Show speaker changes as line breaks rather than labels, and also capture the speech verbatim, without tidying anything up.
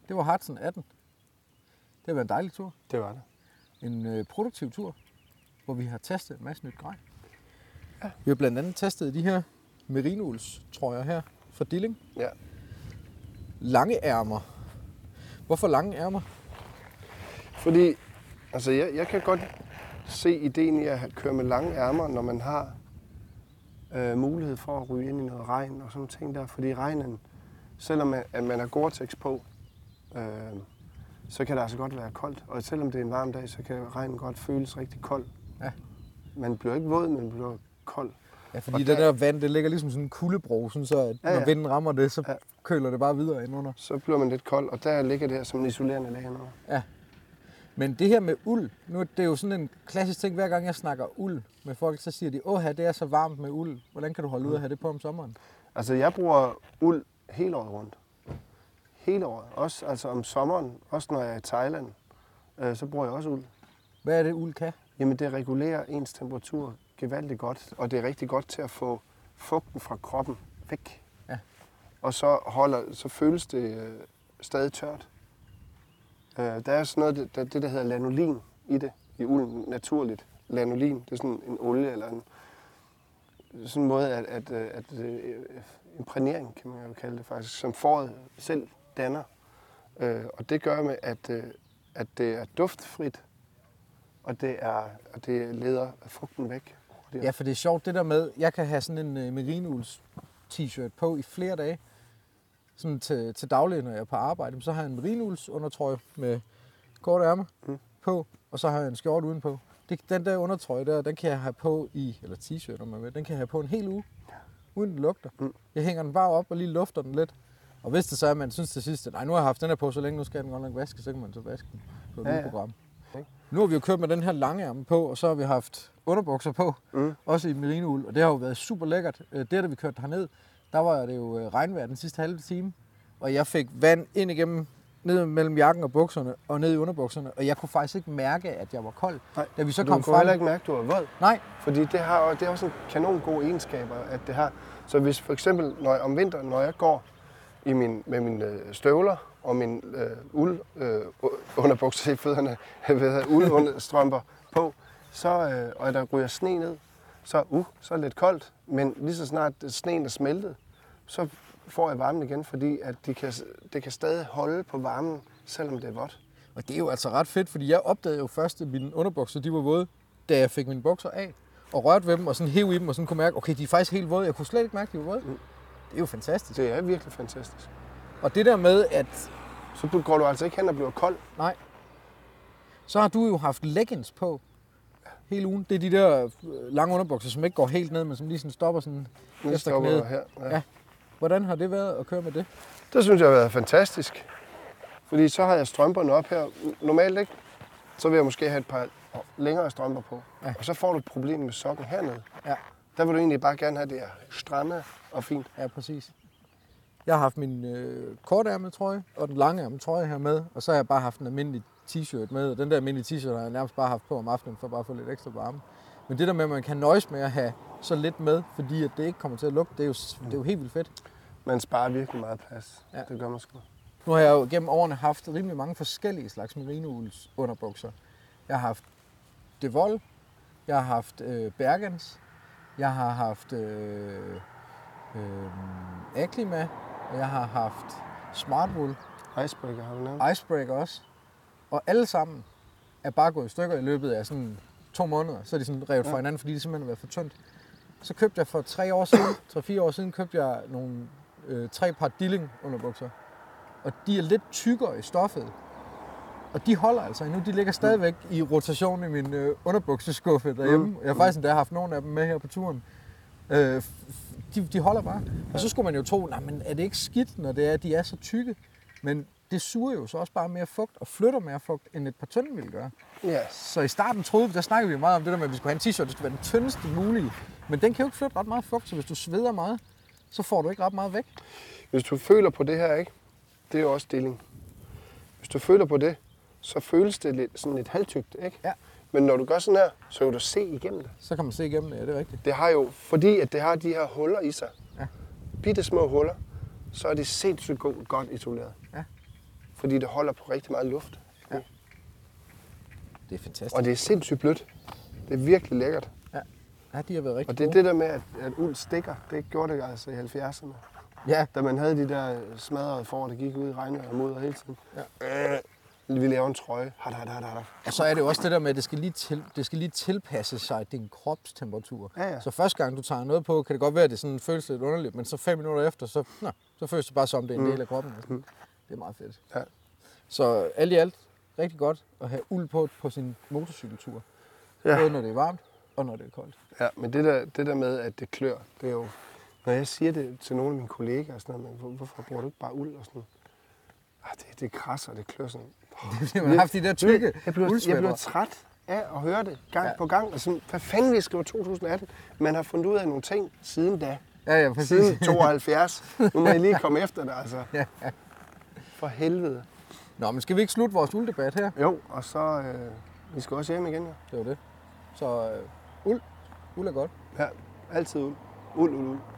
Det var Hudson atten. Det har været en dejlig tur.
Det var det.
En øh, produktiv tur, hvor vi har testet en masse nyt grej. Ja. Vi har blandt andet testet de her merinouls trøjer her fra Dilling.
Ja.
Lange ærmer. Hvorfor lange ærmer?
Fordi altså jeg, jeg kan godt se ideen i at køre med lange ærmer, når man har øh, mulighed for at ryge ind i noget regn og sådan ting der. Fordi regnen, selvom man, at man har Gore-Tex på, øh, så kan det altså godt være koldt. Og selvom det er en varm dag, så kan regnen godt føles rigtig kold.
Ja.
Man bliver ikke våd, men man bliver kold.
Ja, fordi det der, der vand, det ligger ligesom sådan en kuldebro, sådan så at ja, ja. når vinden rammer det, så ja. køler det bare videre indenunder.
Så bliver man lidt kold, og der ligger det her som en isolerende lag under.
Ja. Men det her med uld, nu er det jo sådan en klassisk ting, hver gang jeg snakker uld med folk, så siger de, åh, det er så varmt med uld. Hvordan kan du holde ud at have det på om sommeren?
Altså, jeg bruger uld hele året rundt. Hele året. Også altså om sommeren, også når jeg er i Thailand, øh, så bruger jeg også uld.
Hvad er det, uld kan?
Jamen, det regulerer ens temperatur gevaldigt godt, og det er rigtig godt til at få fugten fra kroppen væk.
Ja.
Og så, holder, så føles det øh, stadig tørt. Øh, der er sådan noget, det, det der hedder lanolin i det, i ulden naturligt. Lanolin, det er sådan en olie eller en sådan en måde at, at, at, at imprægnering, kan man jo kalde det faktisk, som foråret selv danner. Øh, og det gør med, at, at det er duftfrit, og det, er, og det leder frugten væk.
Ja, for det er sjovt det der med, jeg kan have sådan en uh, merinouls t-shirt på i flere dage, sådan til, til daglig, når jeg er på arbejde. Så har jeg en merinouls undertrøje med korte ærmer mm. på, og så har jeg en skjorte udenpå. Det, den der undertrøje der, den kan jeg have på i, eller t-shirt om man vil, den kan jeg have på en hel uge, uden den lugter. Mm. Jeg hænger den bare op og lige lufter den lidt. Og hvis det så er, at man synes til sidst, at nej, nu har jeg haft den her på så længe, nu skal den godt nok vaske, så kan man så vaske den på et ja, ja. program. Okay. Nu har vi jo kørt med den her lange ærme på, og så har vi haft underbukser på, mm. også i merinoul, og det har jo været super lækkert. Det, da vi kørte herned, der var det jo regnvejr den sidste halve time, og jeg fik vand ind igennem, ned mellem jakken og bukserne, og ned i underbukserne, og jeg kunne faktisk ikke mærke, at jeg var kold.
Nej,
da vi så
du
kom
kunne
frem...
heller ikke mærke, at du var våd.
Nej.
Fordi det, har, det er også en kanon gode egenskaber, at det har. Så hvis for eksempel når jeg, om vinteren, når jeg går i min, med mine støvler og min øh, uld øh, underbukser i fødderne, uldstrømper på, så, øh, og der ryger sne ned, så, uh, så er det lidt koldt, men lige så snart sneen er smeltet, så får jeg varmen igen, fordi at de kan, det kan stadig holde på varmen, selvom det er vådt.
Og det er jo altså ret fedt, fordi jeg opdagede jo først, at mine underbukser de var våde, da jeg fik mine bukser af, og rørte ved dem, og sådan hæv i dem, og sådan kunne mærke, okay, de er faktisk helt våde. Jeg kunne slet ikke mærke, de var våde. Mm. Det er jo fantastisk.
Det er virkelig fantastisk.
Og det der med, at...
Så går du altså ikke hen og bliver kold.
Nej. Så har du jo haft leggings på hele ugen. Det er de der lange underbukser, som ikke går helt ned, men som lige sådan stopper sådan
efter stopper knæet. Her. Ja.
Ja. Hvordan har det været at køre med det?
Det synes jeg har været fantastisk. Fordi så har jeg strømperne op her. Normalt ikke. Så vil jeg måske have et par længere strømper på. Ja. Og så får du et problem med sokken hernede. Ja. Der vil du egentlig bare gerne have det her stramme og fint.
Ja, præcis. Jeg har haft min øh, kortærmede trøje og den lange trøje her med, og så har jeg bare haft en almindelig t-shirt med, og den der almindelige t-shirt har jeg nærmest bare haft på om aftenen, for bare at få lidt ekstra varme. Men det der med, at man kan nøjes med at have så lidt med, fordi at det ikke kommer til at lugte, det er jo, det er jo helt vildt fedt.
Man sparer virkelig meget plads.
Ja.
Det gør man sgu.
Nu har jeg jo gennem årene haft rimelig mange forskellige slags merinouls underbukser. Jeg har haft Devol, jeg har haft øh, Bergens, jeg har haft øh, øh, Acclima, og jeg har haft Smartwool.
Icebreaker har du nævnt.
Icebreaker også. Og alle sammen er bare gået i stykker i løbet af sådan to måneder. Så er de sådan revet fra hinanden, fordi de simpelthen har været for tyndt. Så købte jeg for tre år siden, tre-fire år siden, købte jeg nogle øh, tre par Dilling underbukser. Og de er lidt tykkere i stoffet. Og de holder altså endnu. De ligger stadigvæk i rotation i min øh, underbukseskuffe derhjemme. Mm. Jeg har faktisk endda haft nogle af dem med her på turen. Øh, de, de holder bare. Og så skulle man jo tro, nej, men er det ikke skidt, når det er, at de er så tykke? Men det suger jo så også bare mere fugt og flytter mere fugt, end et par tynde ville gøre.
Yes.
Så i starten troede vi, der snakkede vi meget om det der med, at vi skulle have en t-shirt, det skulle være den tyndeste mulige. Men den kan jo ikke flytte ret meget fugt, så hvis du sveder meget, så får du ikke ret meget væk.
Hvis du føler på det her, ikke? Det er jo også Dilling. Hvis du føler på det, så føles det lidt, sådan lidt halvtykt, ikke?
Ja.
Men når du gør sådan her, så kan du se igennem det.
Så kan man se igennem det, ja, det er rigtigt.
Det har jo, fordi at det har de her huller i sig, ja. Bitte små huller, så er de sindssygt godt isoleret.
Ja.
fordi det holder på rigtig meget luft.
Ja. Det er fantastisk.
Og det er sindssygt blødt. Det er virkelig lækkert.
Ja, ja de har været rigtig
Og det er
gode.
det der med, at, at uld stikker. Det gjorde det altså i halvfjerdserne.
Ja,
Da man havde de der smadrede får, der gik ud i regnvejr og mudder hele tiden.
Ja.
Øh, vi laver en trøje. Hada, hada, hada.
og så er det jo også det der med, at det skal lige, til, det skal lige tilpasse sig din kropstemperatur.
Ja, ja.
Så første gang du tager noget på, kan det godt være, at det sådan føles lidt underligt, men så fem minutter efter, så, nå, så føles det bare som, det er en del af kroppen. Altså.
Mm.
Det er meget fedt.
Ja.
Så alt i alt, rigtig godt at have uld på på sin motorcykeltur.
Ja.
Både når det er varmt, og når det er koldt.
Ja, men det der, det der med, at det klør, det er jo... Når jeg siger det til nogle af mine kollegaer, og sådan noget, men hvor- hvorfor bruger du ikke bare uld og sådan noget? Ah, det, det krasser, det klør sådan.
Man har haft de der tykke
Jeg bliver, jeg
uldsvætter.
bliver træt af at høre det gang
Ja.
ja. på gang. Og sådan, hvad fanden, vi skriver to tusind atten? Man har fundet ud af nogle ting siden da.
Ja, ja, præcis.
Siden tooghalvfjerds. Nu må I lige komme efter det, altså.
Ja.
For helvede.
Nå, men skal vi ikke slutte vores ulddebat her?
Jo, og så... Øh, vi skal også hjem igen, ja.
Det var det. Så øh, uld. Uld er godt.
Ja, altid uld. Uld, uld, uld.